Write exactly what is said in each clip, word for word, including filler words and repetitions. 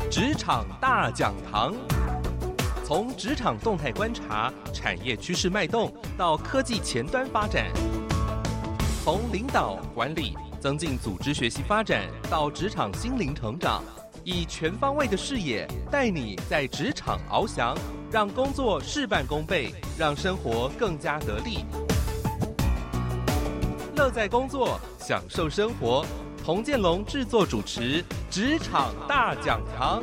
职场大讲堂，从职场动态观察、产业趋势脉动到科技前端发展，从领导管理增进组织学习发展到职场心灵成长，以全方位的视野带你在职场翱翔，让工作事半功倍，让生活更加得力。乐在工作，享受生活。童建龙制作主持《职场大讲堂》。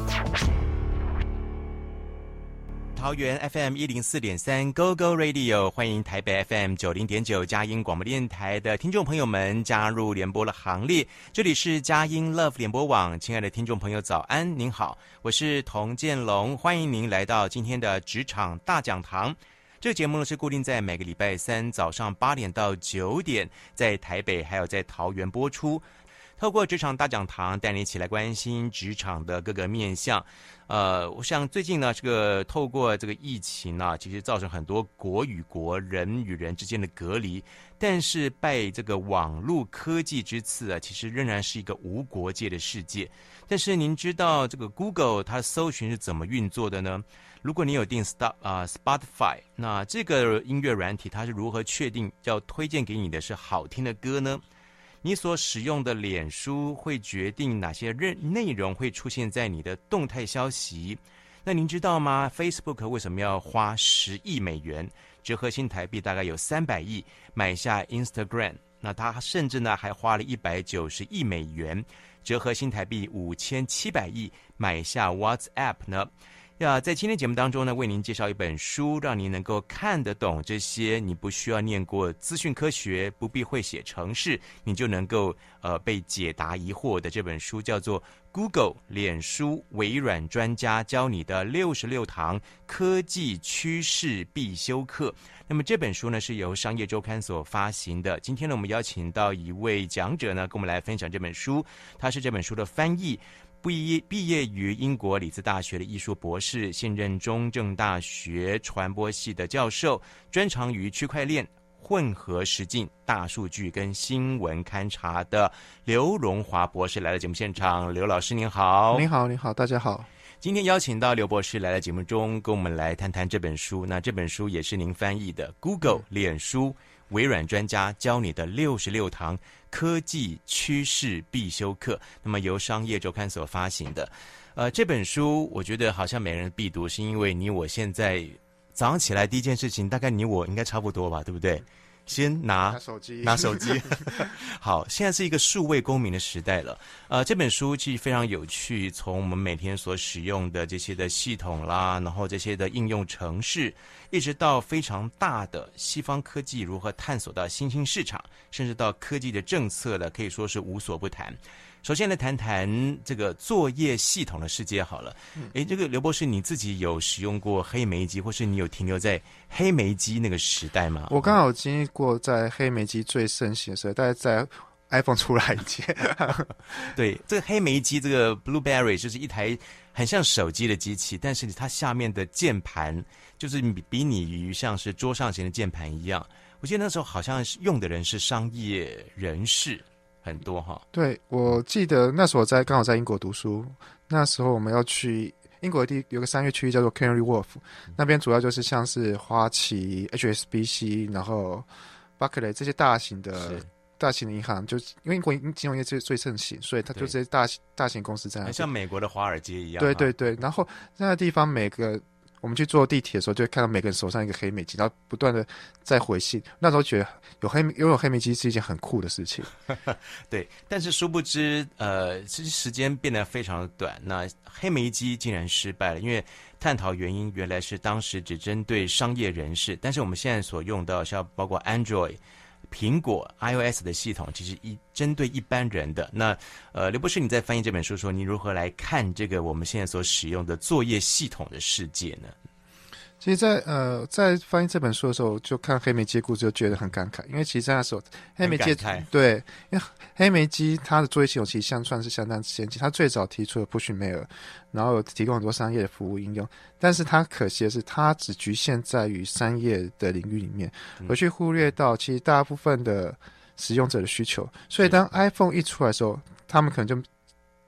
桃园 F M 一零四点三 Go Go Radio， 欢迎台北 F M 九零点九佳音广播电台的听众朋友们加入联播的行列。这里是佳音 Love 联播网，亲爱的听众朋友早安，您好，我是童建龙，欢迎您来到今天的职场大讲堂。这个节目呢是固定在每个礼拜三早上八点到九点，在台北还有在桃园播出。透过职场大讲堂，带你一起来关心职场的各个面向。呃，我想最近呢，这个透过这个疫情啊，其实造成很多国与国、人与人之间的隔离。但是拜这个网络科技之赐啊，其实仍然是一个无国界的世界。但是您知道这个 Google 它搜寻是怎么运作的呢？如果你有订 Stop 啊、呃、Spotify， 那这个音乐软体它是如何确定要推荐给你的是好听的歌呢？你所使用的脸书会决定哪些内容会出现在你的动态消息。那您知道吗 ？Facebook 为什么要花十亿美元，折合新台币大概有三百亿，买下 Instagram？ 那他甚至呢还花了一百九十亿美元，折合新台币五千七百亿，买下 WhatsApp 呢？要在今天节目当中呢，为您介绍一本书，让您能够看得懂这些你不需要念过资讯科学，不必会写程式，你就能够呃被解答疑惑的这本书，叫做 Google 脸书微软专家教你的六十六堂科技趋势必修课。那么这本书呢是由商业周刊所发行的。今天呢我们邀请到一位讲者呢，跟我们来分享这本书，他是这本书的翻译，毕业毕业于英国里兹大学的艺术博士，现任中正大学传播系的教授，专长于区块链、混合实境、大数据跟新闻勘察的刘荣华博士来到节目现场。刘老师您好。 您好，您好，大家好。 今天邀请到刘博士来到节目中，跟我们来谈谈这本书。那这本书也是您翻译的 Google 脸书微软专家教你的六十六堂科技趋势必修课，那么由商业周刊所发行的。呃，这本书我觉得好像每人必读，是因为你我现在早上起来第一件事情，大概你我应该差不多吧，对不对？先拿拿手机， 拿手机。好，现在是一个数位公民的时代了。呃，这本书其实非常有趣，从我们每天所使用的这些的系统啦，然后这些的应用程式，一直到非常大的西方科技如何探索到新兴市场，甚至到科技的政策的，可以说是无所不谈。首先来谈谈这个作业系统的世界好了。诶，这个刘博士，你自己有使用过黑莓机，或是你有停留在黑莓机那个时代吗？ 我刚好经历过在黑莓机最盛行的时候，大概在 iPhone 出来以前。 对，这个黑莓机，这个 Blueberry 就是一台很像手机的机器，但是它下面的键盘就是比拟于像是桌上型的键盘一样。我记得那时候好像用的人是商业人士。很多哈， 对，我记得那时候我在刚好在英国读书，那时候我们要去英国的地有个商业区域叫做 Canary Wharf， 那边主要就是像是花旗、H S B C， 然后 Barclays 这些大型的大型的银行，就因为英国金融业最最盛行，所以它就这些大大型公司在那， 像美国的华尔街一样。 对对对，然后那个地方每个。我们去坐地铁的时候，就会看到每个人手上一个黑莓机，然后不断的在回信。那时候觉得有黑拥有黑莓机是一件很酷的事情。 对，但是殊不知，呃，其实时间变得非常的短。那黑莓机竟然失败了，因为探讨原因，原来是当时只针对商业人士，但是我们现在所用到像包括 Android。苹果 iOS 的系统其实一针对一般人的。那呃，刘博士，你在翻译这本书说，你如何来看这个我们现在所使用的作业系统的世界呢？ 其实在呃在翻译这本书的时候，就看黑莓机故事就觉得很感慨，因为其实那时候黑莓机对，因为黑莓机它的作业系统其实相算是相当先进，它最早提出了 Pushmail， 然后有提供很多商业的服务应用，但是它可惜的是它只局限在于商业的领域里面，而去忽略到其实大部分的使用者的需求，所以当 iPhone 一出来的时候，他们可能就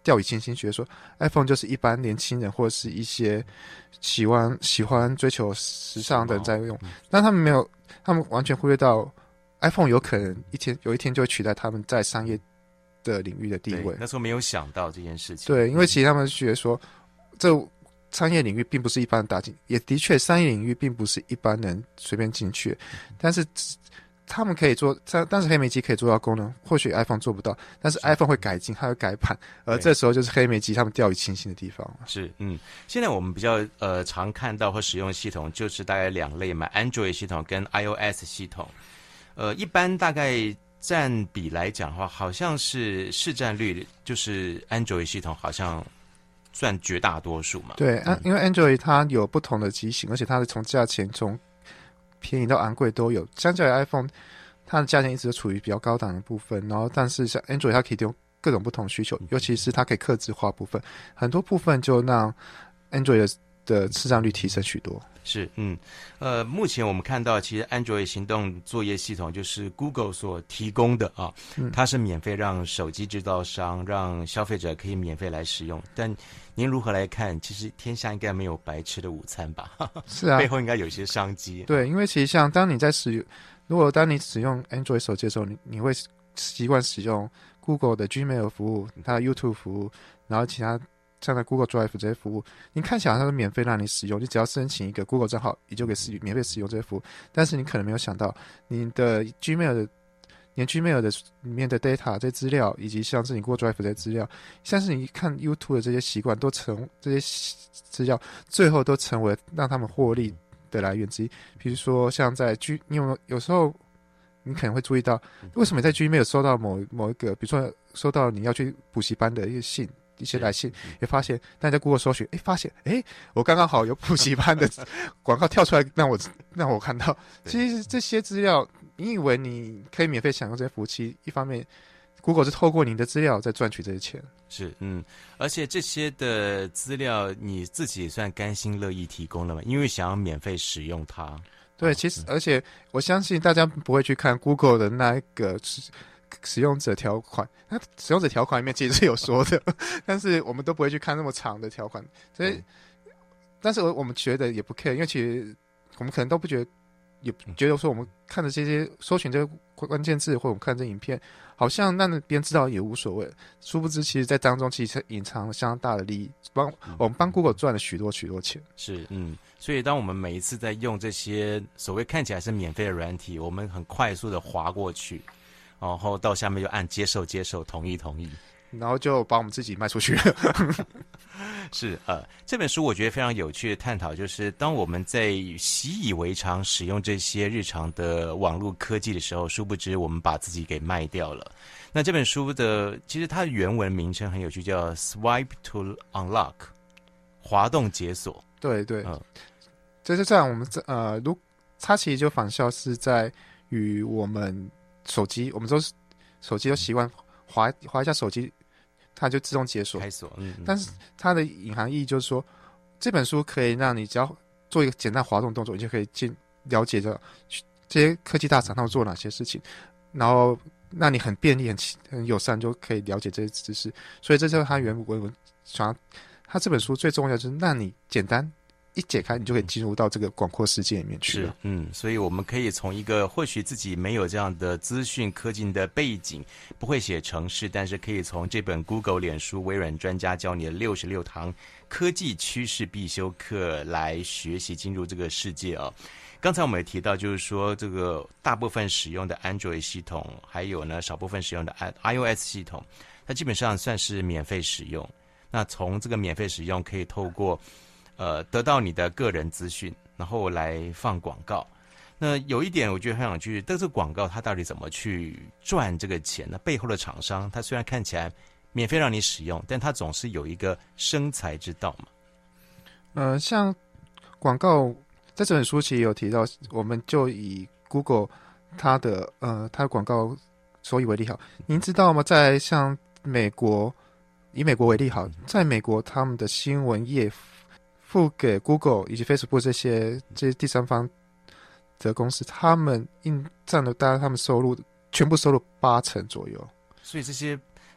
掉以轻心，觉得说 iPhone 就是一般年轻人或者是一些喜欢喜欢追求时尚的人在用，嗯、但他们没有，他们完全忽略到 iPhone 有可能一天有一天就会取代他们在商业的领域的地位。 那时候没有想到这件事情。 对，因为其实他们觉得说，这商业领域并不是一般人打进，也的确商业领域并不是一般人随便进去，但是他们可以做，但是黑莓机可以做到功能，或许 iPhone 做不到，但是 iPhone 会改进，它会改版，而这时候就是黑莓机他们掉以轻心的地方。 是，嗯，现在我们比较呃常看到或使用的系统就是大概两类嘛 ，Android 系统跟 iOS 系统。呃，一般大概占比来讲的话，好像是市占率就是 Android 系统好像算绝大多数嘛。 对，嗯、因为 Android 它有不同的机型，而且它是从价钱从便宜到昂贵都有，相较于 iPhone 它的价钱一直都处于比较高档的部分，然后但是像 Android 它可以提供各种不同需求，尤其是它可以客制化部分，很多部分就让 Android 的市占率提升许多。 是，嗯，呃，目前我们看到其实 Android 行动作业系统就是 Google 所提供的啊，嗯、它是免费让手机制造商让消费者可以免费来使用，但您如何来看？其实天下应该没有白吃的午餐吧？ 是啊， 背后应该有些商机。 对，因为其实像当你在使用，如果当你使用 Android 手机的时候，你你会习惯使用 Google 的 Gmail 服务，它的 YouTube 服务，然后其他像在 Google Drive 这些服务，你看起来它是免费让你使用，你只要申请一个 Google 账号，你就可以使免费使用这些服务。但是你可能没有想到，你的 Gmail 的连 Gmail 的里面的 data 这些资料，以及像是你 Google Drive 这些资料，像是你看 YouTube 的这些习惯，都成这些资料最后都成为让他们获利的来源之一。比如说像在 G， 你有没有有时候你可能会注意到，为什么你在 Gmail 收到某某一个，比如说收到你要去补习班的一个信。一些来信也发现，但在 Google 搜寻，哎，发现，哎，我刚刚好有补习班的广告跳出来，让我让我看到。其实这些资料，你以为你可以免费享用这些服务器，一方面 ，Google 是透过你的资料在赚取这些钱。 是，嗯，而且这些的资料你自己也算甘心乐意提供了嘛？因为想要免费使用它。 对，其实、嗯、而且我相信大家不会去看 Google 的那一个使用者条款，那使用者条款里面其实是有说的，但是我们都不会去看那么长的条款，所以，但是我们觉得也不 care， 因为其实我们可能都不觉得，也觉得说我们看的这些搜寻这些关键字，或者我们看这影片，好像让别人知道也无所谓。殊不知，其实在当中其实隐藏了相当大的利益，帮我们帮 Google 赚了许多许多钱。 是，嗯，所以当我们每一次在用这些所谓看起来是免费的软体，我们很快速的滑过去。然后到下面就按接受接受同意同意， 然后就把我们自己卖出去了。 是呃，这本书我觉得非常有趣的探讨，就是当我们在习以为常使用这些日常的网络科技的时候，殊不知我们把自己给卖掉了。那这本书的其实它的原文名称很有趣，叫 Swipe to Unlock， 滑动解锁。 对对，嗯，就是这样。我们呃，如它其实就仿效是在与我们手机，我们都手机都习惯滑滑一下手机，它就自动解锁。 开锁，嗯嗯。 但是它的隐含意义就是说，这本书可以让你只要做一个简单滑动动作，你就可以进了解到这些科技大厂他们做哪些事情，然后让你很便利、很很友善，就可以了解这些知识。所以这就是它原文文想要，它这本书最重要就是让你简单。一解开，你就可以进入到这个广阔世界里面去了。 是，嗯，所以我们可以从一个或许自己没有这样的资讯科技的背景，不会写程式，但是可以从这本 Google、脸书、微软专家教你的六十六堂科技趋势必修课来学习进入这个世界啊。刚才我们也提到，就是说这个大部分使用的 Android 系统，还有呢少部分使用的 iOS 系统，它基本上算是免费使用。那从这个免费使用，可以透过呃，得到你的个人资讯，然后来放广告。那有一点我觉得很想去，但是广告它到底怎么去赚这个钱呢？背后的厂商，它虽然看起来免费让你使用，但它总是有一个生财之道嘛。 呃，像广告在这本书其实有提到，我们就以 Google 它的呃它的广告收益为例好，您知道吗？在像美国，以美国为例好，在美国他们的新闻业付给 Google 以及 Facebook 这些这些第三方的公司，他们应占了大概他们收入全部收入八成左右。 所以这些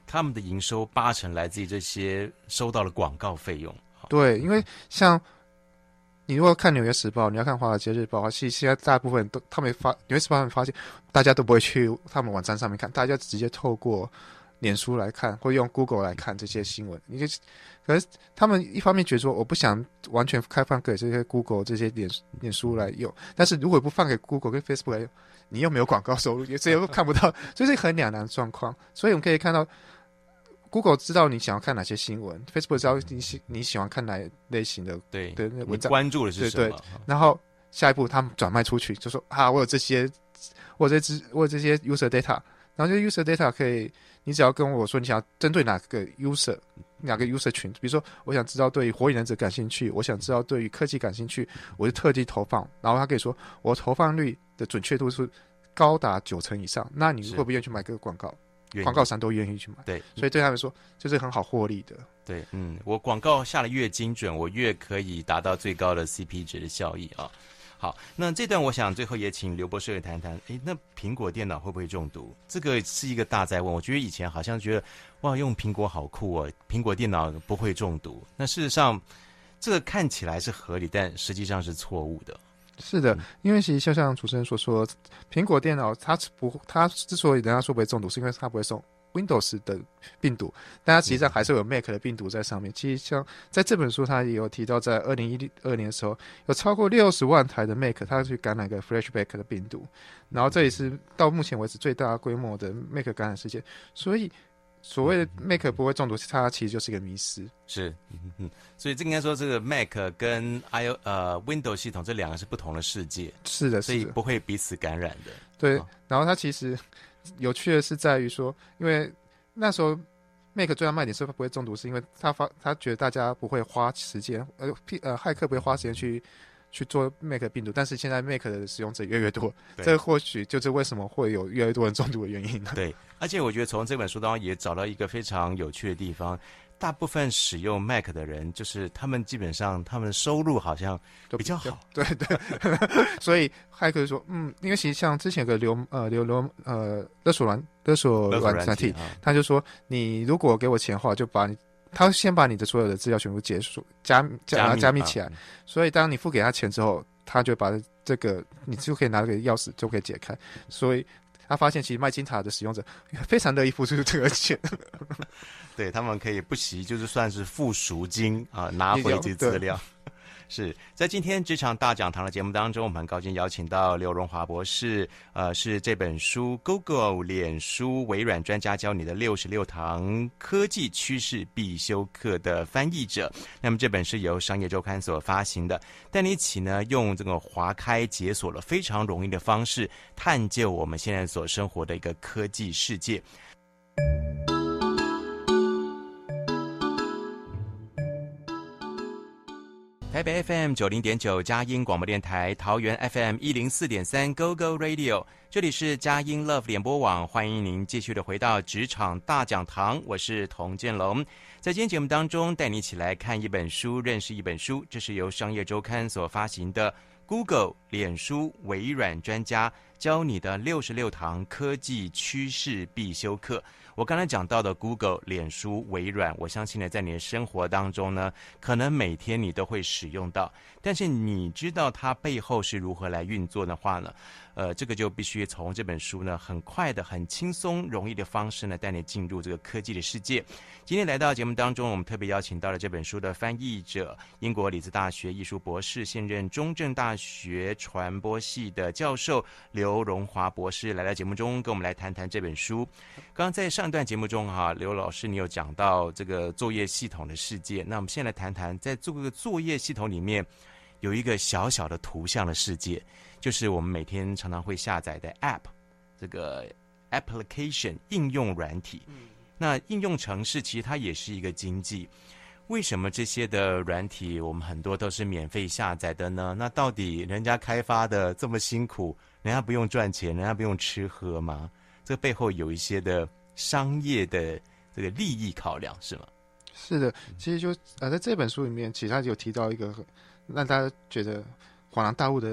他们的营收八成来自于这些收到的广告费用。 对，因为像你如果看《纽约时报》，你要看《华尔街日报》，其实现在大部分都他们发《纽约时报》，他们发现大家都不会去他们网站上面看，大家直接透过脸书来看，或用 Google 来看这些新闻。你就可是他们一方面觉得说，我不想完全开放给这些 Google 这些脸脸书来用，但是如果不放给 Google 跟 Facebook 来用，你又没有广告收入，这又看不到，所以是很两难的状况。所以我们可以看到。Google 知道你想要看哪些新闻 ，Facebook 知道你喜你喜欢看哪类型的对的文章， 关注的是什么？ 对对。然后下一步他们转卖出去，就说啊，我有这些，我有这我有这些 user data， 然后这 user data 可以，你只要跟我说你想要针对哪个 user， 哪个 user 群，比如说我想知道对于火影忍者感兴趣，我想知道对于科技感兴趣，我就特地投放，然后他可以说我投放率的准确度是高达九成以上，那你会不会愿意去买这个广告？广告商都愿意去买， 对， 所以对他们说就是很好获利的。 对，嗯，我广告下的越精准，我越可以达到最高的 C P 值的效益啊。好，那这段我想最后也请刘博士来谈谈，诶，那苹果电脑会不会中毒？这个是一个大哉问。我觉得以前好像觉得哇，用苹果好酷哦，苹果电脑不会中毒。那事实上，这个看起来是合理，但实际上是错误的。 是的，因为其实就像主持人所说，苹果电脑它不，它之所以人家说不会中毒，是因为它不会送 Windows 的病毒，但它实际上还是有 Mac 的病毒在上面。其实像在这本书，它也有提到，在二零一二年的时候，有超过六十万台的 Mac 它去感染一个 Flashback 的病毒，然后这也是到目前为止最大规模的 Mac 感染事件，所以。所谓的 Mac 不会中毒，它其实就是一个迷思。 是，嗯嗯，所以这应该说，这个 Mac 跟 i o 呃 Windows 系统这两个是不同的世界。 是的， 所以不会彼此感染的。 对， 哦、 然后它其实有趣的是在于说，因为那时候 Mac 最大卖点是它不会中毒，是因为他发他觉得大家不会花时间，呃呃，骇客不会花时间去。去做 Mac 病毒，但是现在 Mac 的使用者越来越多，这或许就是为什么会有越来越多人中毒的原因呢？ 对，而且我觉得从这本书当中也找到一个非常有趣的地方，大部分使用 Mac 的人，就是他们基本上他们的收入好像比较好， 对对，所以骇客说，嗯，因为其实像之前有个流呃流流呃勒索软勒索软体，他就说你如果给我钱的话，就把你。他先把你的所有的资料全部解锁加加加密起来，所以当你付给他钱之后，他就把这个你就可以拿这个钥匙就可以解开。所以他发现其实卖金塔的使用者非常乐意付出这个钱， 对他们可以不惜就是算是付赎金啊，拿回这些资料。是在今天职场大讲堂的节目当中，我们很高兴邀请到刘荣华博士，呃，是这本书 Google、脸书、微软专家教你的六十六堂科技趋势必修课的翻译者。那么这本是由商业周刊所发行的，带你一起呢用这个划开解锁了非常容易的方式，探究我们现在所生活的一个科技世界。台北 F M 九零点九佳音广播电台，桃园 F M 一零四点三 Go Go Radio， 这里是佳音 Love 联播网，欢迎您继续的回到职场大讲堂，我是童建龙。在今天节目当中，带你一起来看一本书，认识一本书，这是由商业周刊所发行的 Google、脸书、微软专家教你的六十六堂科技趋势必修课。我刚才讲到的 Google、脸书、微软，我相信呢，在你的生活当中呢，可能每天你都会使用到。但是你知道它背后是如何来运作的话呢，呃，这个就必须从这本书呢，很快的、很轻松、容易的方式呢，带你进入这个科技的世界。今天来到节目当中，我们特别邀请到了这本书的翻译者，英国里兹大学艺术博士，现任中正大学传播系的教授刘荣华博士，来到节目中跟我们来谈谈这本书。刚刚在上段节目中哈、啊，刘老师你有讲到这个作业系统的世界，那我们现在来谈谈，在这个作业系统里面有一个小小的图像的世界，就是我们每天常常会下载的 App， 这个 application 应用软体。那应用程式其实它也是一个经济。为什么这些的软体我们很多都是免费下载的呢？那到底人家开发的这么辛苦，人家不用赚钱，人家不用吃喝吗？这背后有一些的商业的这个利益考量，是吗？ 是的，其实就呃，在这本书里面，其实他有提到一个让大家觉得恍然大悟的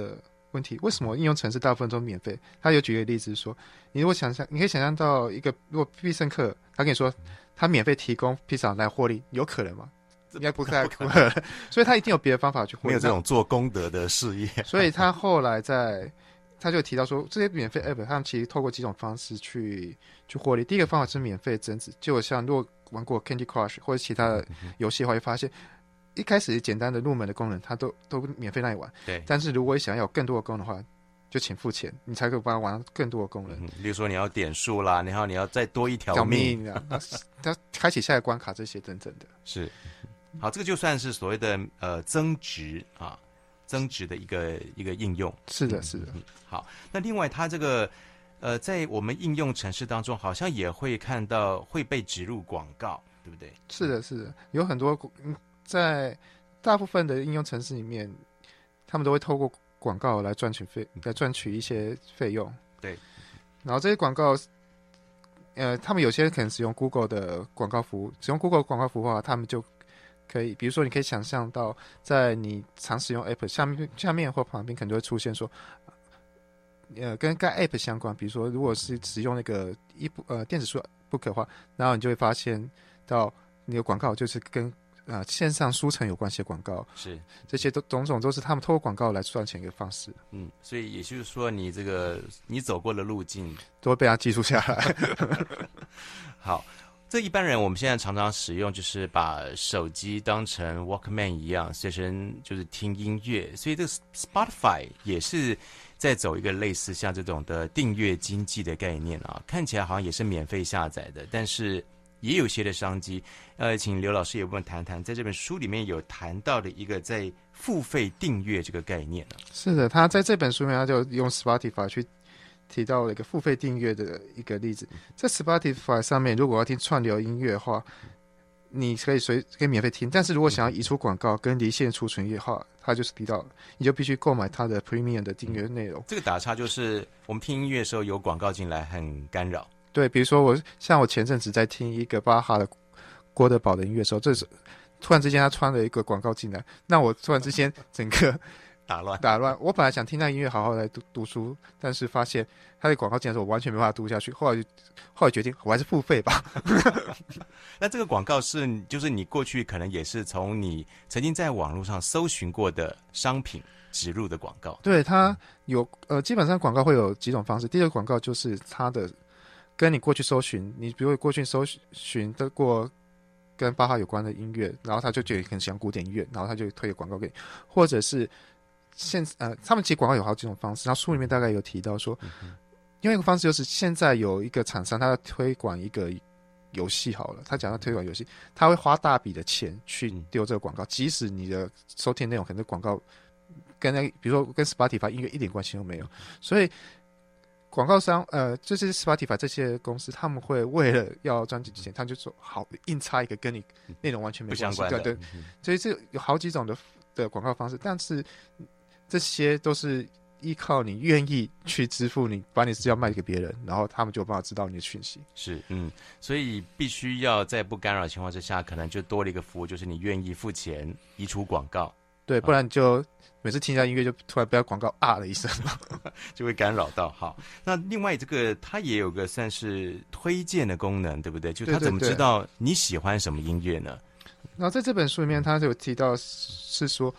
问题，为什么应用程式大部分都免费？他有举个例子说，你如果想象，你可以想象到一个，如果必胜客他跟你说他免费提供披萨来获利，有可能吗？应该不太可能，所以他一定有别的方法去获利。 没有这种做功德的事业。 所以他后来在他就提到说，这些免费 app 他们其实透过几种方式去去获利。第一个方法是免费增值，就像如果玩过 Candy Crush 或者其他的游戏的话，会发现一开始简单的入门的功能，它都都免费让你玩。 对。但是如果你想要有更多的功能的话，就请付钱，你才可以帮他玩更多的功能。 嗯，例如说你要点数啦，然后你要再多一条命， 他开启下一个关卡这些等等的。 是。好，这个就算是所谓的呃增值啊，增值的一个一个应用。 是的，是的。 嗯、好，那另外它这个呃，在我们应用程式当中，好像也会看到会被植入广告，对不对？ 是的，是的，有很多在大部分的应用程式里面，他们都会透过广告来赚取费，来赚取一些费用。 对。 然后这些广告，呃，他们有些可能使用 Google 的广告服务，使用 Google 广告服务的话，他们就可以，比如说，你可以想象到，在你常使用 App 下面、下面或旁边，可能就会出现说，呃，跟该 App 相关。比如说，如果是使用那个一呃电子书 book 的话，然后你就会发现到你的广告就是跟呃线上书城有关系的广告。 是， 这些都种种都是他们透过广告来赚钱的方式。 嗯，所以也就是说，你这个你走过的路径都会被他记录下来。 好。这一般人我们现在常常使用，就是把手机当成 Walkman 一样，随身就是听音乐。所以这个 Spotify 也是在走一个类似像这种的订阅经济的概念啊，看起来好像也是免费下载的，但是也有些的商机。呃，请刘老师也部分谈谈，在这本书里面有谈到的一个在付费订阅这个概念呢、啊。 是的，他在这本书里面他就用 Spotify 去提到了一个付费订阅的一个例子，在 Spotify 上面，如果要听串流音乐的话，你可以随可以免费听，但是如果想要移除广告跟离线储存的话，它就是提到你就必须购买它的 Premium 的订阅内容。 这个打岔就是我们听音乐的时候有广告进来很干扰。 对，比如说我像我前阵子在听一个巴哈的郭德堡的音乐的时候，这是突然之间他穿了一个广告进来，那我突然之间整个打乱打乱，我本来想听那音乐好好来读读书，但是发现他的广告进来的时候，我完全没办法读下去。后来就后来决定，我还是付费吧。 那这个广告是，就是你过去可能也是从你曾经在网络上搜寻过的商品植入的广告。 对，它有呃，基本上广告会有几种方式。第一个广告就是它的跟你过去搜寻，你比如过去搜寻的过跟巴哈有关的音乐，然后他就觉得很喜欢古典音乐，然后他就推个广告给你，或者是。现呃，他们其实广告有好几种方式，然后书里面大概有提到说，另外一个方式就是现在有一个厂商，他要推广一个游戏好了，他讲要推广游戏，他会花大笔的钱去丢这个广告，即使你的收听内容可能广告跟那比如说跟 Spotify 音乐一点关系都没有，所以广告商呃，就是 Spotify 这些公司，他们会为了要赚钱，他就说好硬插一个跟你内容完全没关系的，对，所以这有好几种的的广告方式，但是。这些都是依靠你愿意去支付，你把你资料卖给别人，然后他们就有办法知道你的讯息。 是，嗯，所以必须要在不干扰的情况之下，可能就多了一个服务，就是你愿意付钱移除广告。 对，不然你就每次听一下音乐就突然被广告啊了一声， 就会干扰到。好，那另外这个它也有个算是推荐的功能，对不对？就它怎么知道你喜欢什么音乐呢？ 对对对，然后在这本书里面，他就有提到是说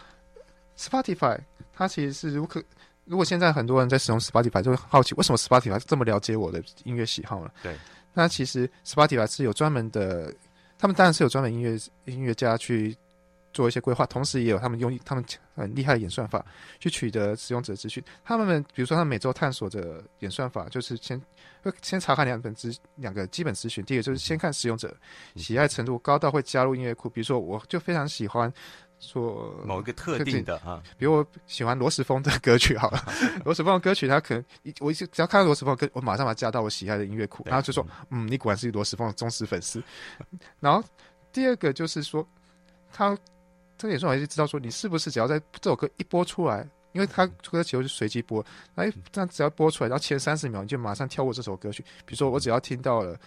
Spotify。它其实是如果如果现在很多人在使用 Spotify， 就会好奇为什么 Spotify 这么了解我的音乐喜好呢？ 对， 那其实 Spotify 是有专门的，他们当然是有专门音乐音乐家去做一些规划，同时也有他们用他们很厉害的演算法去取得使用者资讯。他们比如说他们每周探索的演算法，就是先先查看两本资两个基本资讯，第一个就是先看使用者喜爱程度高到会加入音乐库，比如说我就非常喜欢。说某一个特定的啊， 比如我喜欢罗时丰的歌曲好了，罗时丰的歌曲，他可能我只要看到罗时丰的歌，我马上把它加到我喜爱的音乐库，然后就说，嗯，你果然是罗时丰的忠实粉丝。然后第二个就是说，他这个演算法就知道说，你是不是只要在这首歌一播出来，因为他歌曲是随机播，哎，这样只要播出来，然后前三十秒你就马上跳过这首歌曲。比如说我只要听到了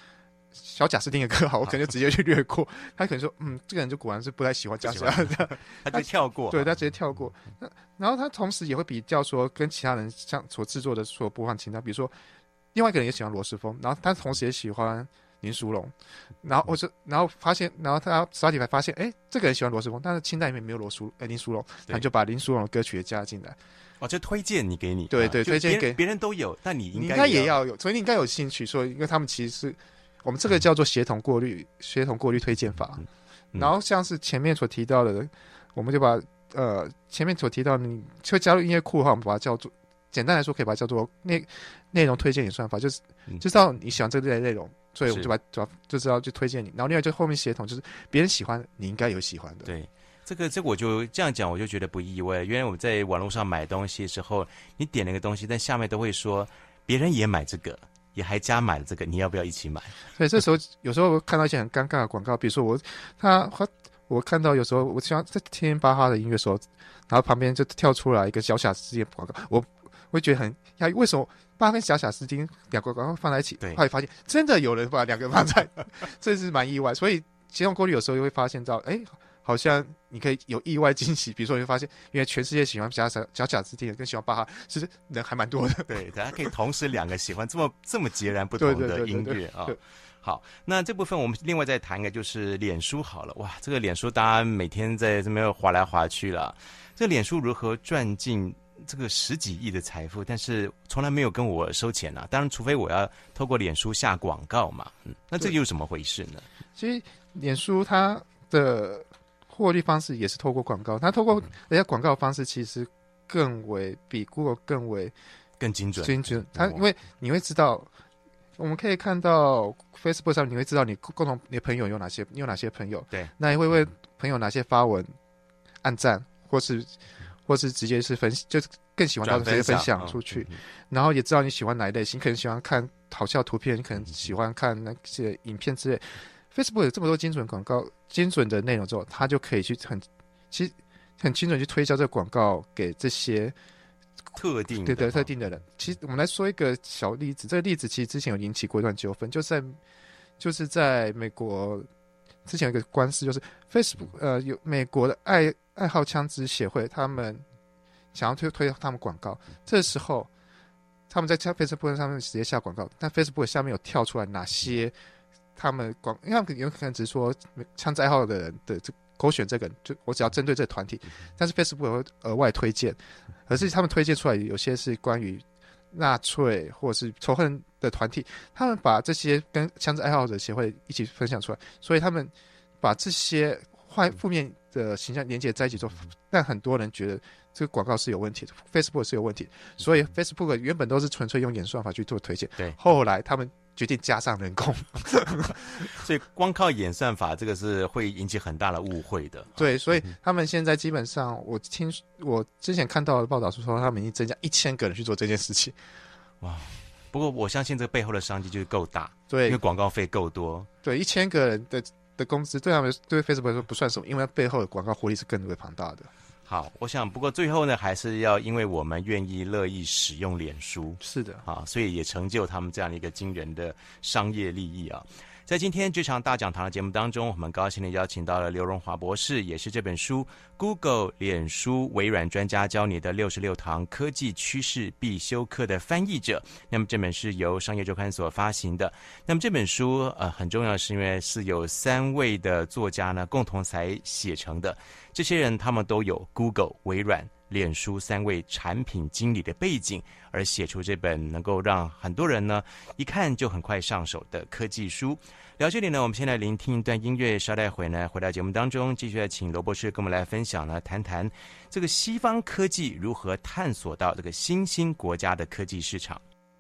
小贾斯汀的歌好，我可能就直接去略过。他可能说，嗯，这个人就果然是不太喜欢贾斯汀， 他就跳过， 对他直接跳过。那然后他同时也会比较说，跟其他人像所制作的所有播放清单，比如说另外一个人也喜欢罗时丰，然后他同时也喜欢林淑荣，然后我就然后发现，然后他 Spotify 发现，哎，这个人喜欢罗时丰，但是清单里面没有罗淑呃林淑荣，他就把林淑荣的歌曲也加进来。 哦，就推荐你给你， 对对，推荐给别人都有，但你应该你应该也要有，所以你应该有兴趣。所以，因为他们其实是我们这个叫做协同过滤、协同过滤推荐法。然后像是前面所提到的，我们就把呃前面所提到的，你会加入音乐库的话，我们把它叫做简单来说，可以把它叫做内内容推荐演算法，就是就知道你喜欢这类内容，所以我们就把就就知道就推荐你。然后另外就后面协同，就是别人喜欢，你应该有喜欢的。 对。这个这个我就这样讲，我就觉得不意外。原来我们在网络上买东西的时候，你点了个东西，但下面都会说别人也买这个，也还加买了这个，你要不要一起买？ 所以这时候有时候看到一些很尴尬的广告，比如说我他我看到有时候我喜欢在听巴哈的音乐的时候，然后旁边就跳出来一个小小斯汀广告，我会觉得很压抑，为什么巴哈跟小小斯汀两个广告放在一起？对，后来发现真的有人把两个放在，这是蛮意外。所以协同过滤有时候又会发现到，哎。好像你可以有意外惊喜，比如说你会发现，因为全世界喜欢小小小贾斯汀跟喜欢巴哈，其实人还蛮多的。 对，大家可以同时两个喜欢这么这么截然不同的音乐啊。好，那这部分我们另外再谈一个，就是脸书好了。哇，这个脸书大家每天在这边滑来滑去了，这个脸书如何赚进这个十几亿的财富，但是从来没有跟我收钱啊。当然，除非我要透过脸书下广告嘛。嗯，那这又怎么回事呢？ 其实脸书它的获利方式也是透过广告，它透过人家广告的方式其实更为比 Google 更为更精准。 精准，它因为你会知道，我们可以看到 Facebook 上你会知道你共同你的朋友有哪些，你有哪些朋友， 对， 那你会为朋友哪些发文、按赞，或是或是直接是分，就是更喜欢他直接分享出去，嗯、然后也知道你喜欢哪一类型，可能喜欢看好笑图片，你可能喜欢看那些影片之类。Facebook 有这么多精准广告、精准的内容之后，它就可以去很，其实很精准去推销这个广告给这些特定的对对特定的人。其实我们来说一个小例子，这个例子其实之前有引起过一段纠纷，就是在就是在美国之前有一个官司，就是 Facebook 呃有美国的爱爱好枪支协会，他们想要推推他们广告，这时候他们在 Facebook 上面直接下广告，但 Facebook 下面有跳出来哪些。他们广，因为他们有可能只是说枪支爱好的人的这勾选这个人，就我只要针对这个团体，但是 Facebook 也会额外推荐，而是他们推荐出来有些是关于纳粹或者是仇恨的团体，他们把这些跟枪支爱好者协会一起分享出来，所以他们把这些坏负面的形象连接在一起之后，但很多人觉得这个广告是有问题的 ，Facebook 是有问题的，所以 Facebook 原本都是纯粹用演算法去做推荐， 对， 后来他们决定加上人工所以光靠演算法这个是会引起很大的误会的。 对，所以他们现在基本上我听我之前看到的报道是说他们已经增加一千个人去做这件事情。 哇，不过我相信这个背后的商机就是够大， 对， 因为广告费够多。 对，一千个人的的工资对他们对 Facebook 来说不算什么，因为背后的广告获利是更为庞大的。 好，我想不过最后呢，还是要因为我们愿意乐意使用脸书， 是的啊，所以也成就他们这样的一个惊人的商业利益啊。在今天这场大讲堂的节目当中，我们高兴的邀请到了刘荣华博士，也是这本书 Google、脸书、微软专家教你的六十六堂科技趋势必修课的翻译者。那么这本是由商业周刊所发行的。那么这本书呃很重要的是因为是有三位的作家呢共同才写成的，这些人他们都有 Google、微软、脸书三位产品经理的背景，而写出这本能够让很多人呢一看就很快上手的科技书。聊这里呢，我们先来聆听一段音乐，稍待会呢回到节目当中，继续来请罗博士跟我们来分享呢，谈谈这个西方科技如何探索到这个新兴国家的科技市场。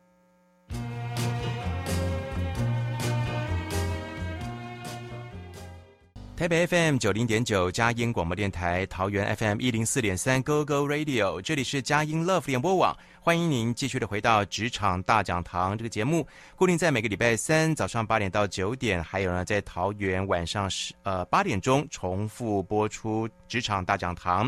台北 F M 九零点九佳音广播电台，桃园 F M 一零四点三 Go Go Radio， 这里是佳音 Love 联播网，欢迎您继续的回到职场大讲堂这个节目，固定在每个礼拜三早上八点到九点，还有呢在桃园晚上呃八点钟重复播出职场大讲堂。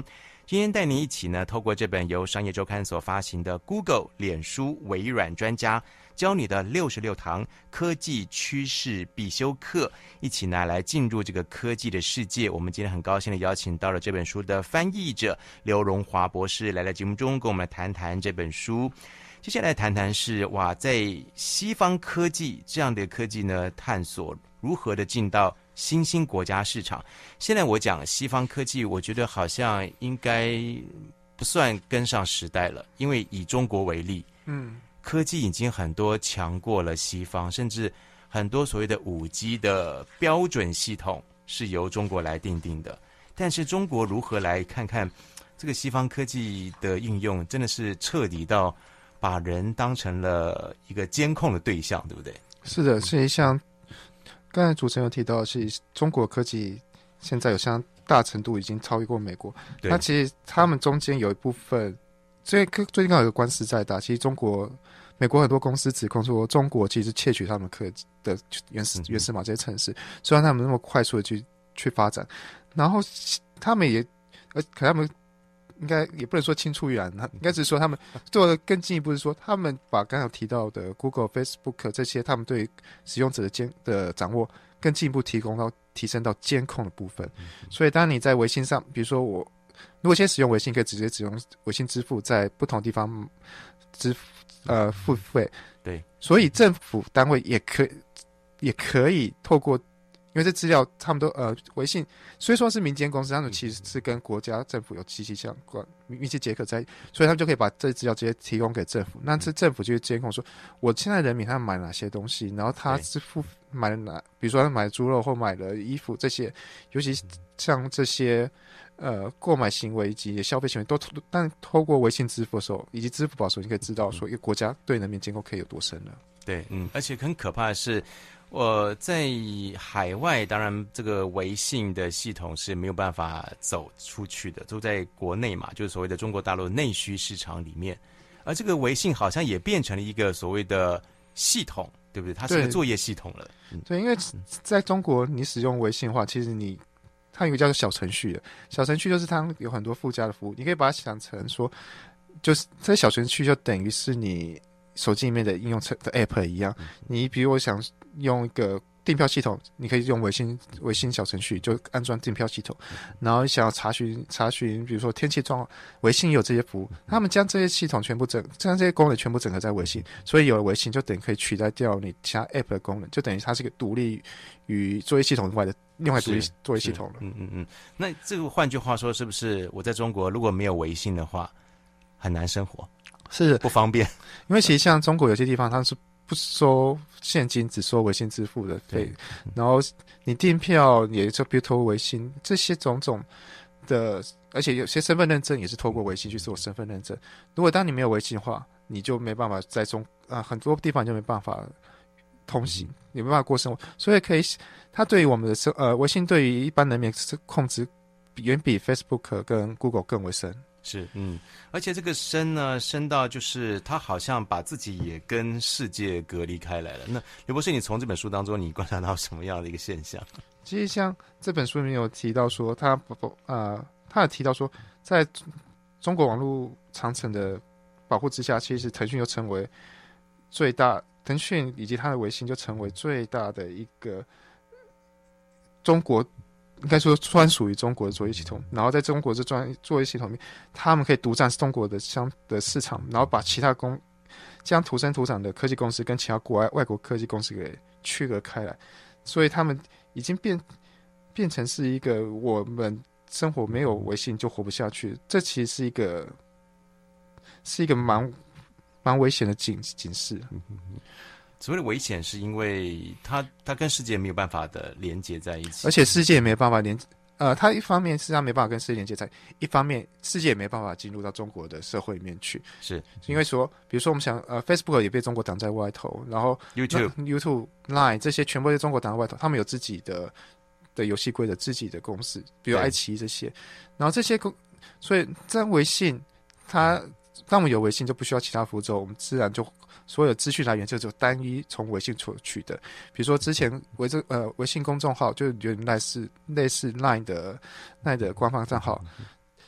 今天带您一起呢，透过这本由商业周刊所发行的 Google、脸书、微软专家教你的六十六堂科技趋势必修课，一起呢来进入这个科技的世界。我们今天很高兴的邀请到了这本书的翻译者刘荣华博士来到节目中，跟我们来谈谈这本书。接下来谈谈是哇，在西方科技这样的科技呢，探索如何的进到新兴国家市场。现在我讲西方科技，我觉得好像应该不算跟上时代了，因为以中国为例，嗯，科技已经很多强过了西方，甚至很多所谓的 五 G 的标准系统是由中国来订定的。但是中国如何来看看这个西方科技的应用，真的是彻底到把人当成了一个监控的对象，对不对？ 是的，是像刚才主持人有提到，是中国科技现在有相当大程度已经超越过美国。那其实他们中间有一部分，最最近刚好有个官司在打，其实中国、美国很多公司指控说，中国其实窃取他们科技的原始原始码这些程式，所以让他们那么快速的去去发展，然后他们也，呃，可他们。应该也不能说青出于蓝，应该只是说他们做的更进一步是说，他们把刚才有提到的 Google、Facebook 这些，他们对使用者的监的掌握更进一步提供到提升到监控的部分。嗯、所以当你在微信上，比如说我如果先使用微信，可以直接使用微信支付，在不同地方支付呃付费。 对， 所以政府单位也可以也可以透过。因为这资料他们都呃，微信虽说是民间公司，他们其实是跟国家政府有息息相关、密切结合在，所以他们就可以把这些资料直接提供给政府。那这政府就会监控说，我现在人民他买哪些东西，然后他支付买了哪，比如说他买了猪肉或买了衣服这些，尤其像这些呃购买行为以及消费行为都，但透过微信支付的时候，以及支付宝的时候，你可以知道说一个国家对人民监控可以有多深了。 对，嗯，而且很可怕的是。我在海外，当然这个微信的系统是没有办法走出去的，都在国内嘛，就是所谓的中国大陆内需市场里面。而这个微信好像也变成了一个所谓的系统，对不对？它是个作业系统了。 对，嗯、对，因为在中国你使用微信的话，其实你它有一个叫做小程序的，小程序就是它有很多附加的服务，你可以把它想成说，就是这些小程序就等于是你手机里面的应用的 app 一样。你比如我想用一个订票系统，你可以用微信微信小程序就安装订票系统，然后想要查询查询，比如说天气状况，微信也有这些服务。他们将这些系统全部整，将这些功能全部整合在微信，所以有了微信就等于可以取代掉你其他 app 的功能，就等于它是一个独立于作业系统以外的另外独立作业系统了。 嗯嗯嗯。那这个换句话说，是不是我在中国如果没有微信的话，很难生活？ 是不方便， 因为其实像中国有些地方，它是不收现金，只收微信支付的费。然后你订票也就比如透过微信，这些种种的，而且有些身份认证也是透过微信去做身份认证。如果当你没有微信的话，你就没办法在中啊、呃、很多地方就没办法通行，也没办法过生活。所以可以，它对于我们的生呃微信对于一般人民控制远比 Facebook 跟 Google 更为深。 是，嗯，而且这个深呢，深到就是他好像把自己也跟世界隔离开来了。那刘博士，你从这本书当中，你观察到什么样的一个现象？ 其实像这本书里面有提到说，他呃，他有提到说，在中国网络长城的保护之下，其实腾讯就成为最大，腾讯以及它的微信就成为最大的一个中国。应该说专属于中国的作业系统，然后在中国这专作业系统里面，他们可以独占中国的相的市场，然后把其他公将土生土长的科技公司跟其他国外外国科技公司给区隔开来，所以他们已经变变成是一个我们生活没有微信就活不下去，这其实是一个是一个蛮蛮危险的警警示。 所谓的危险是因为它它跟世界没有办法的连接在一起， 而且世界也没办法连，呃，它一方面是它没办法跟世界连接在，一方面世界也没办法进入到中国的社会里面去， 是因为说，比如说我们想，呃 ，Facebook 也被中国挡在外头，然后 YouTube、YouTube、Line 这些全部被中国挡在外头，他们有自己的的游戏规则、自己的公司，比如爱奇艺这些，然后这些公，所以在微信，它当我们有微信就不需要其他服务之后，我们自然就。所有资讯来源就只有单一从微信所取得，比如说之前微这呃微信公众号就有点类似类似 Line 的 Line 的官方账号，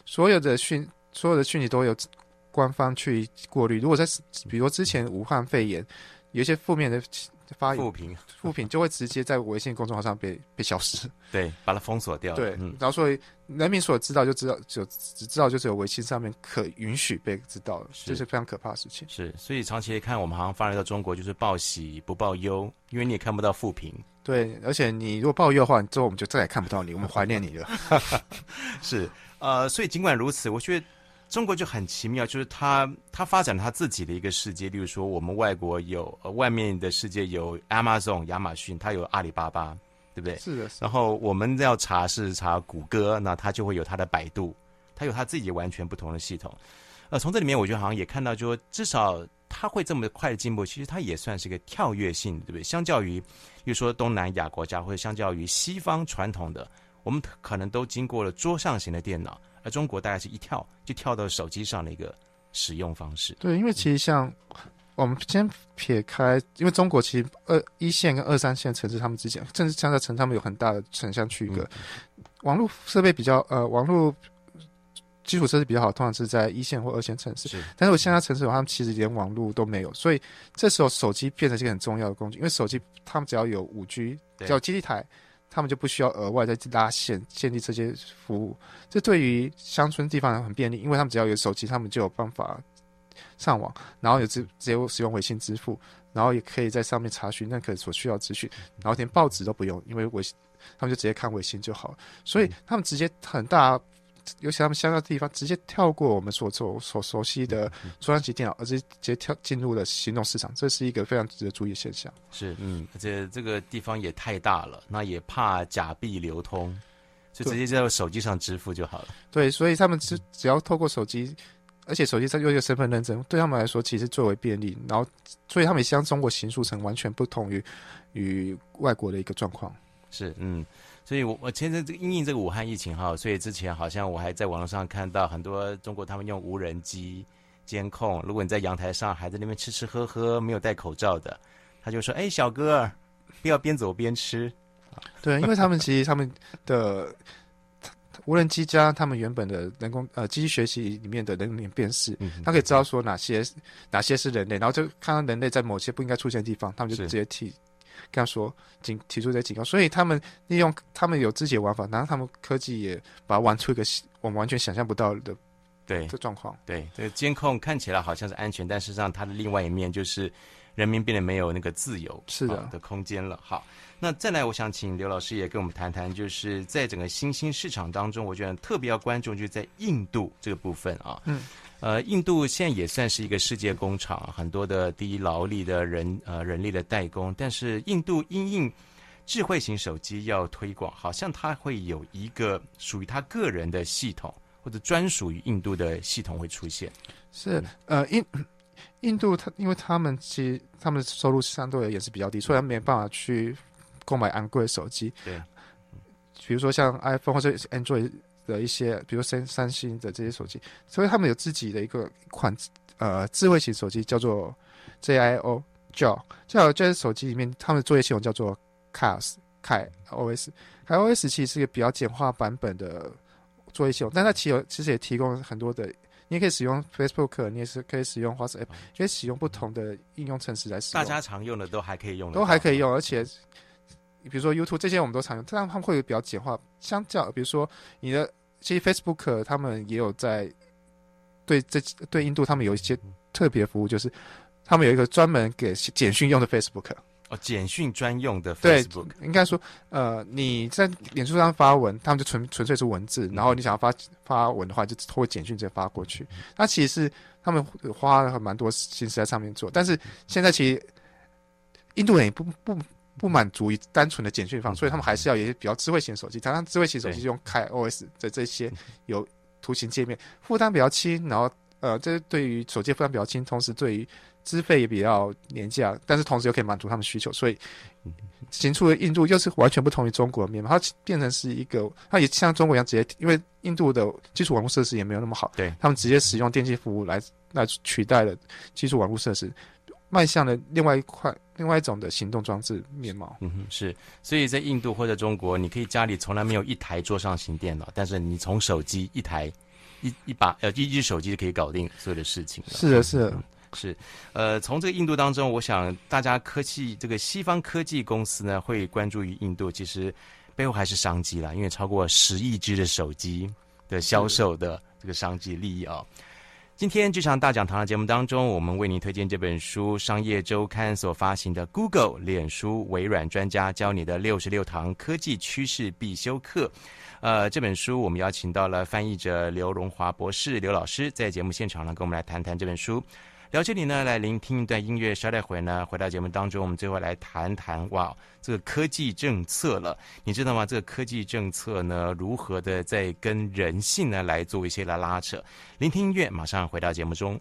所有的讯所有的讯息都有官方去过滤。如果在比如说之前武汉肺炎有一些负面的发言负评负评就会直接在微信公众号上被被消失， 对，把它封锁掉了。 对， 嗯、 然后所以人民所知道就知道，就只知道就只有微信上面可允许被知道了，这、就是非常可怕的事情。 是，所以长期来看，我们好像发展到中国就是报喜不报忧，因为你也看不到负评。 对，而且你如果报忧的话，之后我们就再也看不到你，我们怀念你了。 是，呃，所以尽管如此，我觉得中国就很奇妙，就是它它发展了它自己的一个世界。例如说，我们外国有、呃、外面的世界有 Amazon 亚马逊，它有阿里巴巴，对不对？ 是的。 然后我们要查是查谷歌，那它就会有它的百度，它有它自己完全不同的系统。呃，从这里面我觉得好像也看到，就说至少它会这么快的进步，其实它也算是一个跳跃性，对不对？相较于，比如说东南亚国家，或者相较于西方传统的，我们可能都经过了桌上型的电脑，而中国大概是一跳就跳到手机上的一个使用方式。 对，因为其实像我们先撇开，因为中国其实二一线跟二三线城市他们之间，甚至乡下城他们有很大的城乡区隔，嗯、网络设备比较呃网络。基础设施比较好，通常是在一线或二线城市。但是我乡下城市，他们其实连网络都没有，所以这时候手机变成一个很重要的工具。因为手机他们只要有 五 G， 只要有基地台，他们就不需要额外再拉线建立这些服务。这对于乡村地方很便利，因为他们只要有手机，他们就有办法上网，然后有直直接使用微信支付，然后也可以在上面查询任何所需要资讯，然后连报纸都不用，因为微他们就直接看微信就好了。所以他们直接很大。尤其他们乡下的地方，直接跳过我们所所所熟悉的桌上型电脑，而是直接跳进入了行动市场，这是一个非常值得注意的现象。 是，嗯，而且这个地方也太大了，那也怕假币流通，就直接在手机上支付就好了。 对，所以他们只只要透过手机，而且手机上又有一个身份认证，对他们来说其实最为便利。然后，所以他们也将中国形塑成完全不同于与外国的一个状况。 是，嗯。所以我我前阵因应这个武汉疫情哈，所以之前好像我还在网络上看到很多中国他们用无人机监控，如果你在阳台上还在那边吃吃喝喝没有戴口罩的，他就说哎小哥不要边走边吃。 对，因为他们其实他们的无人机加他们原本的人工呃机器学习里面的人脸辨识，嗯、他可以知道说哪些哪些是人类，然后就看到人类在某些不应该出现的地方，他们就直接替跟他说警提出这警告，所以他们利用他们有自己的玩法，然后他们科技也把它玩出一个我们完全想象不到的对这状况。 对，这个监控看起来好像是安全，但事实上它的另外一面就是人民变得没有那个自由是的、 啊、的空间了。好，那再来我想请刘老师也跟我们谈谈，就是在整个新兴市场当中，我觉得特别要关注就是在印度这个部分啊。 嗯。 呃，印度现在也算是一个世界工厂，很多的低劳力的人呃人力的代工，但是印度因应智慧型手机要推广，好像它会有一个属于它个人的系统，或者专属于印度的系统会出现。 是，呃，印印度它因为他们其实他们的收入相对而言是比较低，所以他们没办法去购买昂贵的手机。 对， 比如说像 iPhone 或者 Android。的一些，比如三三星的这些手机，所以他们有自己的一个款呃智慧型手机，叫做 J I O J I O。J I O 这些手机里面，他们的作业系统叫做 K A S K O S。K O S 其实是一个比较简化版本的作业系统，但它其实其实也提供很多的，你也可以使用 Facebook， 你也是可以使用 WhatsApp， 可以使用不同的应用程式来使用。 大家常用的都还可以用的， 都还可以用，而且。比如说 YouTube 这些我们都常用，但他们会有比较简化。相较，比如说你的，其实 Facebook 他们也有在对这对印度他们有一些特别服务，就是他们有一个专门给简讯用的 Facebook。 哦，简讯专用的 Facebook。 对，应该说，呃，你在脸书上发文，他们就纯纯粹是文字，然后你想要发发文的话，就透过简讯直接发过去。那其实是他们花了蛮多心思在上面做，但是现在其实印度人也不不。不满足于单纯的简讯方，所以他们还是要有一些比较智慧型的手机。常常智慧型手机用开 O S 的这些有图形界面，负担比较轻，然后呃，这对于手机负担比较轻，同时对于资费也比较廉价，但是同时又可以满足他们需求，所以行出的印度又是完全不同于中国的面貌，它变成是一个，它也像中国一样直接，因为印度的基础网络设施也没有那么好， 对， 他们直接使用电信服务来来取代了基础网络设施。迈向了另外一块、另外一种的行动装置面貌。 嗯，是。所以在印度或者中国，你可以家里从来没有一台桌上型电脑，但是你从手机一台一一把呃一只手机就可以搞定所有的事情了。 是的，是的。 是，呃，从这个印度当中，我想大家科技这个西方科技公司呢，会关注于印度，其实背后还是商机啦，因为超过十亿只的手机的销售的这个商机利益啊。今天这场大讲堂的节目当中，我们为您推荐这本书，商业周刊所发行的 Google、脸书、微软专家教你的六十六堂科技趋势必修课。呃，这本书我们邀请到了翻译者刘荣华博士刘老师，在节目现场呢，跟我们来谈谈这本书。聊这里呢，来聆听一段音乐，稍待会呢，回到节目当中，我们最后来谈谈哇，这个科技政策了。你知道吗？这个科技政策呢，如何的在跟人性呢来做一些的拉扯？聆听音乐，马上回到节目中。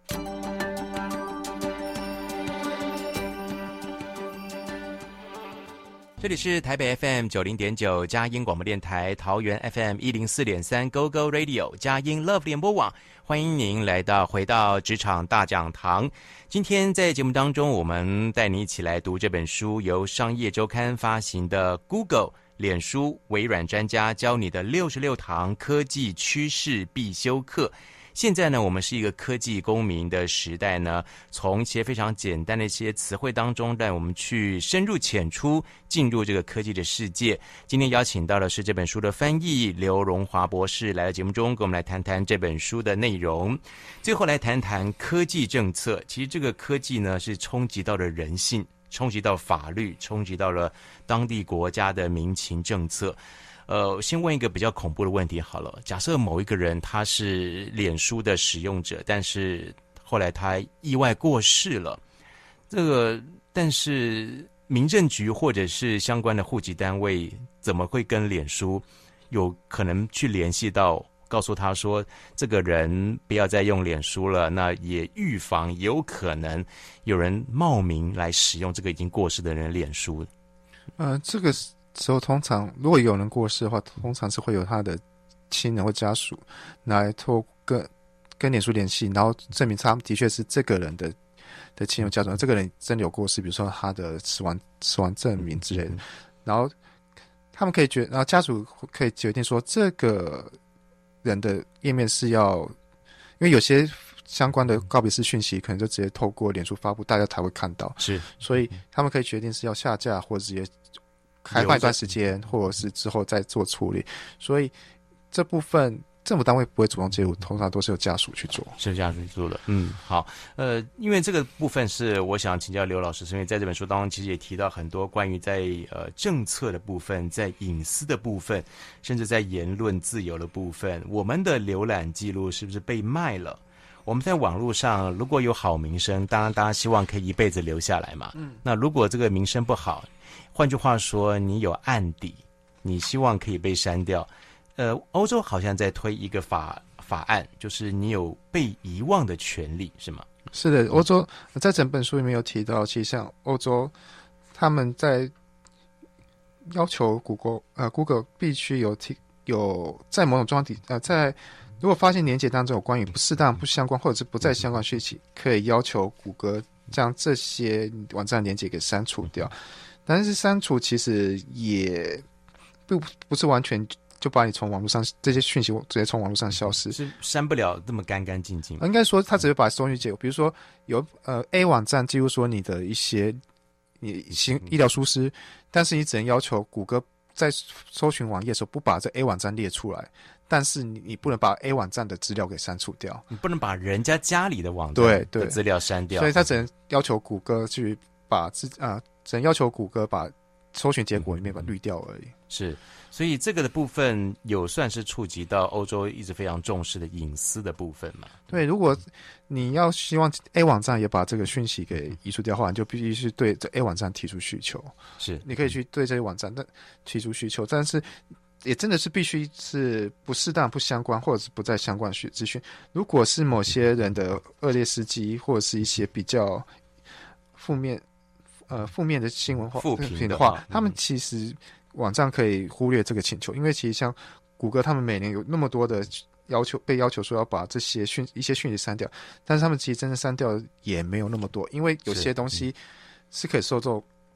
这里是台北 F M 九零点九佳音广播电台，桃园 F M 一零四点三 Go Go Radio 佳音 Love 联播网，欢迎您来到回到职场大讲堂。今天在节目当中，我们带你一起来读这本书，由商业周刊发行的 Google、脸书、微软专家教你的六十六堂科技趋势必修课。现在呢，我们是一个科技公民的时代呢，从一些非常简单的一些词汇当中，带我们去深入浅出进入这个科技的世界。今天邀请到的是这本书的翻译刘荣华博士，来到节目中跟我们来谈谈这本书的内容。最后来谈谈科技政策。其实这个科技呢，是冲击到了人性，冲击到法律，冲击到了当地国家的民情政策。呃，先问一个比较恐怖的问题好了。假设某一个人他是脸书的使用者，但是后来他意外过世了，这个但是民政局或者是相关的户籍单位怎么会跟脸书有可能去联系到，告诉他说这个人不要再用脸书了，那也预防有可能有人冒名来使用这个已经过世的人的脸书？ 呃，这个是时候通常如果有人过世的话，通常是会有他的亲人或家属来透跟跟脸书联系，然后证明他的确是这个人的的亲友家属，这个人真的有过世，比如说他的死亡死亡证明之类的，然后他们可以决，然后家属可以决定说这个人的页面是要，因为有些相关的告别式讯息可能就直接透过脸书发布，大家才会看到， 是， 所以他们可以决定是要下架或者直接开放一段时间，或者是之后再做处理。所以这部分政府单位不会主动介入，通常都是由家属去做。 是家属去做的。嗯，好。呃，因为这个部分是我想请教刘老师，是因为在这本书当中其实也提到很多关于在呃政策的部分，在隐私的部分，甚至在言论自由的部分，我们的浏览记录是不是被卖了？我们在网络上如果有好名声，当然大家希望可以一辈子留下来嘛。嗯，那如果这个名声不好，换句话说，你有案底，你希望可以被删掉。呃，欧洲好像在推一个法法案，就是你有被遗忘的权利，是吗？ 是的，欧洲在整本书里面有提到，其实像欧洲，他们在要求 Google 呃 Google 必须有提有在某种状况底呃在如果发现连结当中有关于不适当、不相关或者是不再相关讯息，可以要求谷歌将这些网站连结给删除掉。但是删除其实也不不是完全就把你从网络上这些讯息直接从网络上消失， 是删不了这么干干净净。 应该说，他只会把东西结果，比如说有呃 A 网站记录说你的一些你行医疗疏失，但是你只能要求谷歌在搜寻网页的时候不把这 A 网站列出来。但是你你不能把 A 网站的资料给删除掉， 你不能把人家家里的网站的资料删掉， 所以他只能要求谷歌去把自啊、呃，只能要求谷歌把搜寻结果里面把它滤掉而已。 是，所以这个的部分有算是触及到欧洲一直非常重视的隐私的部分嘛？ 对，如果你要希望 A 网站也把这个讯息给移除掉的话，你就必须是对这 A 网站提出需求。 是， 你可以去对这些网站提出需求，但是也真的是必须是不适当、不相关或者是不再相关的资讯。如果是某些人的恶劣事迹，或者是一些比较负面、呃负面的新闻负评的话，他们其实网站可以忽略这个请求，因为其实像谷歌他们每年有那么多的要求，被要求说要把这些讯一些讯息删掉，但是他们其实真正删掉的也没有那么多，因为有些东西是可以受到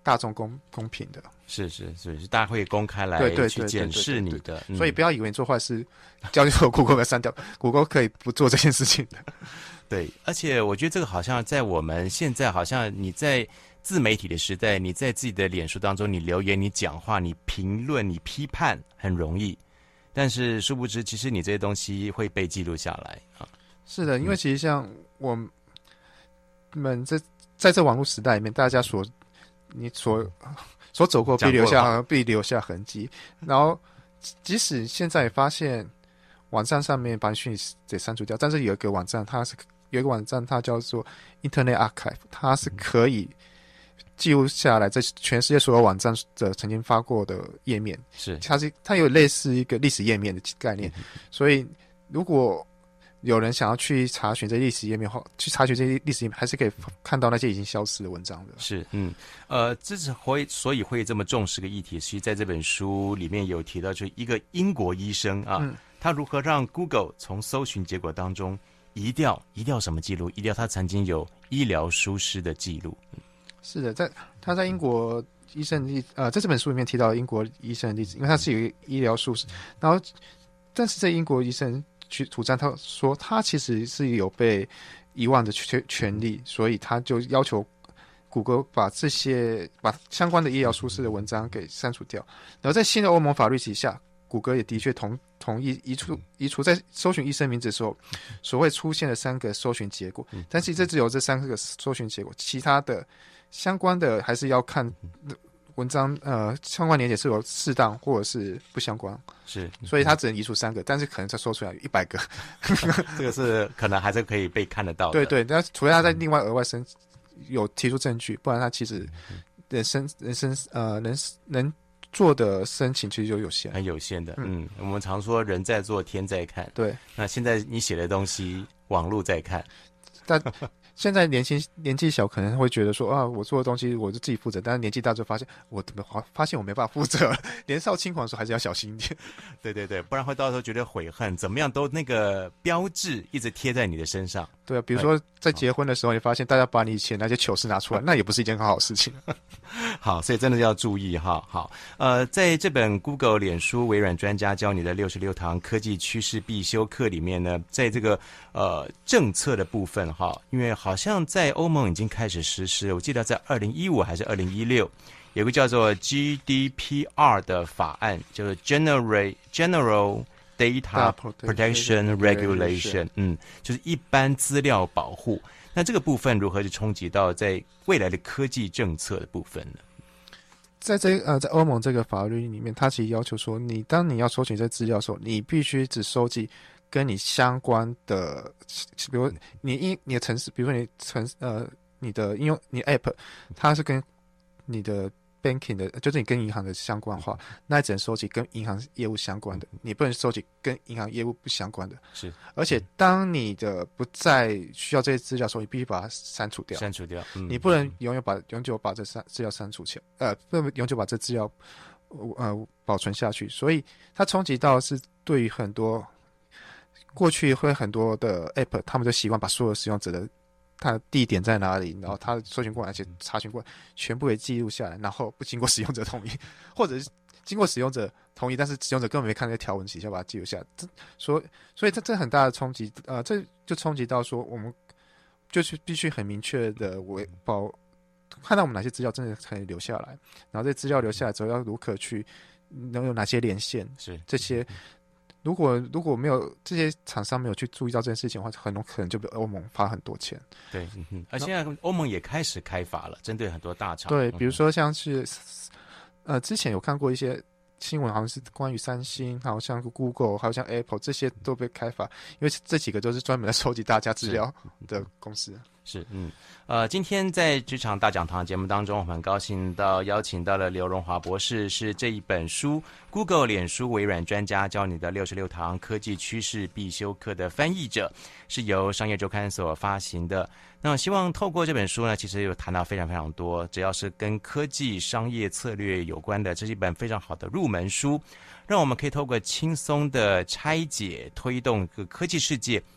大众公公平的。 是是是，是大家会公开来去检视你的， 所以不要以为你做坏事，交给我 Google 给删掉，Google 可以不做这件事情的。 对，而且我觉得这个好像在我们现在，好像你在自媒体的时代，你在自己的脸书当中，你留言、你讲话、你评论、你批判很容易，但是殊不知，其实你这些东西会被记录下来啊。 是的，因为其实像我们在在这网络时代里面，大家所你所所走过必留下必留下痕迹，然后即使现在也发现网站上面把讯息给删除掉，但是有一个网站，它是有一个网站，它叫做 Internet Archive， 它是可以记录下来在全世界所有网站的曾经发过的页面， 是它是它有类似一个历史页面的概念，嗯、所以如果有人想要去查询这些历史页面后，去查询这些历史页面，还是可以看到那些已经消失的文章的。 是，嗯，呃，这是会所以会这么重视个议题，其实在这本书里面有提到，就一个英国医生啊，嗯、他如何让 Google 从搜寻结果当中移掉移掉什么记录，移掉他曾经有医疗疏失的记录。嗯、是的，在他在英国医生的例子，呃，在这本书里面提到英国医生的例子，因为他是有一个医疗疏失，然后但是在英国医生去主张，他说他其实是有被遗忘的权权利，所以他就要求谷歌把这些把相关的医疗疏失的文章给删除掉。然后在新的欧盟法律底下，谷歌也的确同同意移除移除在搜寻医生名字的时候所谓出现的三个搜寻结果，但是这只有这三个搜寻结果，其他的相关的还是要看文章呃相关连结是否适当或者是不相关， 是， 所以他只能移除三个，但是可能再说出来有一百个， 这个是可能还是可以被看得到的。 对对，但除非他在另外额外申有提出证据，不然他其实人生人生呃能能做的申请其实就有限， 很有限的。嗯，嗯我们常说人在做天在看， 对。 那现在你写的东西，网络在看， 但。现在年轻年纪小可能会觉得说啊，我做的东西我就自己负责，但是年纪大就发现我发现我没办法负责了。年少轻狂的时候还是要小心一点。 对对对，不然会到时候觉得悔恨，怎么样都那个标志一直贴在你的身上。 对啊，比如说在结婚的时候，你发现大家把你以前那些糗事拿出来，那也不是一件很好的事情。 好，所以真的要注意哈。好，呃，在这本 Google、脸书、微软专家教你的六十六堂科技趋势必修课里面呢，在这个呃政策的部分哈，因为好像在欧盟已经开始实施，我记得在二零一五还是二零一六，有个叫做 G D P R 的法案，就是 General General Data Protection Regulation， 嗯，就是一般资料保护。那这个部分如何去冲击到在未来的科技政策的部分呢？ 在这呃，在欧盟这个法律里面，它其实要求说，你当你要收集这资料的时候，你必须只收集跟你相关的，比如你应你的城市，比如说你城呃你的应用你 App， 它是跟你的 banking 的，就是你跟银行的相关化，那你只能收集跟银行业务相关的，你不能收集跟银行业务不相关的。 是， 而且当你的不再需要这些资料的时候，你必须把它删除掉。 删除掉，嗯、 你不能永远把永久把这资料删除起来，呃，不能永久把这资料呃保存下去。所以它冲击到是对于很多过去会很多的 App， 他们就习惯把所有使用者的它的地点在哪里，然后它搜寻过来，而且查询过来，全部给记录下来，然后不经过使用者同意，或者是经过使用者同意，但是使用者根本没看那些条文，底下把它记录下来。这所以，所以这这很大的冲击，呃，这就冲击到说，我们就是必须很明确的为保看到我们哪些资料真的可以留下来，然后这资料留下来之后要如何去能有哪些连线， 是这些。如果如果没有这些厂商没有去注意到这件事情的话，很有可能就被欧盟发很多钱。 对，嗯，而现在欧盟也开始开发了，针对很多大厂。 对，比如说像是，呃，之前有看过一些新闻，好像是关于三星，好像 Google， 还有像 Apple 这些都被开发，因为这几个都是专门来收集大家资料的公司。 是，嗯，呃，今天在这场大讲堂节目当中，我们很高兴到邀请到了刘荣华博士，是这一本书 Google、脸书、微软专家教你的六十六堂科技趋势必修课的翻译者，是由商业周刊所发行的。那希望透过这本书呢，其实有谈到非常非常多，只要是跟科技商业策略有关的，这是一本非常好的入门书，让我们可以透过轻松的拆解，推动科技世界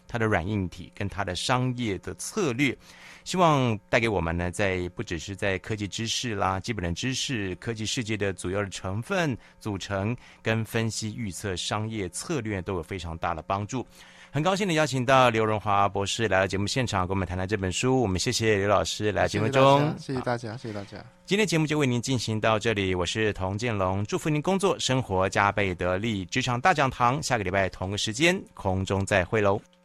它的软硬体跟它的商业的策略，希望带给我们呢，在不只是在科技知识啦、基本的知识、科技世界的主要的成分组成跟分析预测商业策略都有非常大的帮助。很高兴的邀请到刘荣华博士来到节目现场，跟我们谈谈这本书。我们谢谢刘老师来到节目中， 谢谢大家，谢谢大家。 今天节目就为您进行到这里，我是童建龙，祝福您工作生活加倍得力，职场大讲堂，下个礼拜同个时间空中再会喽。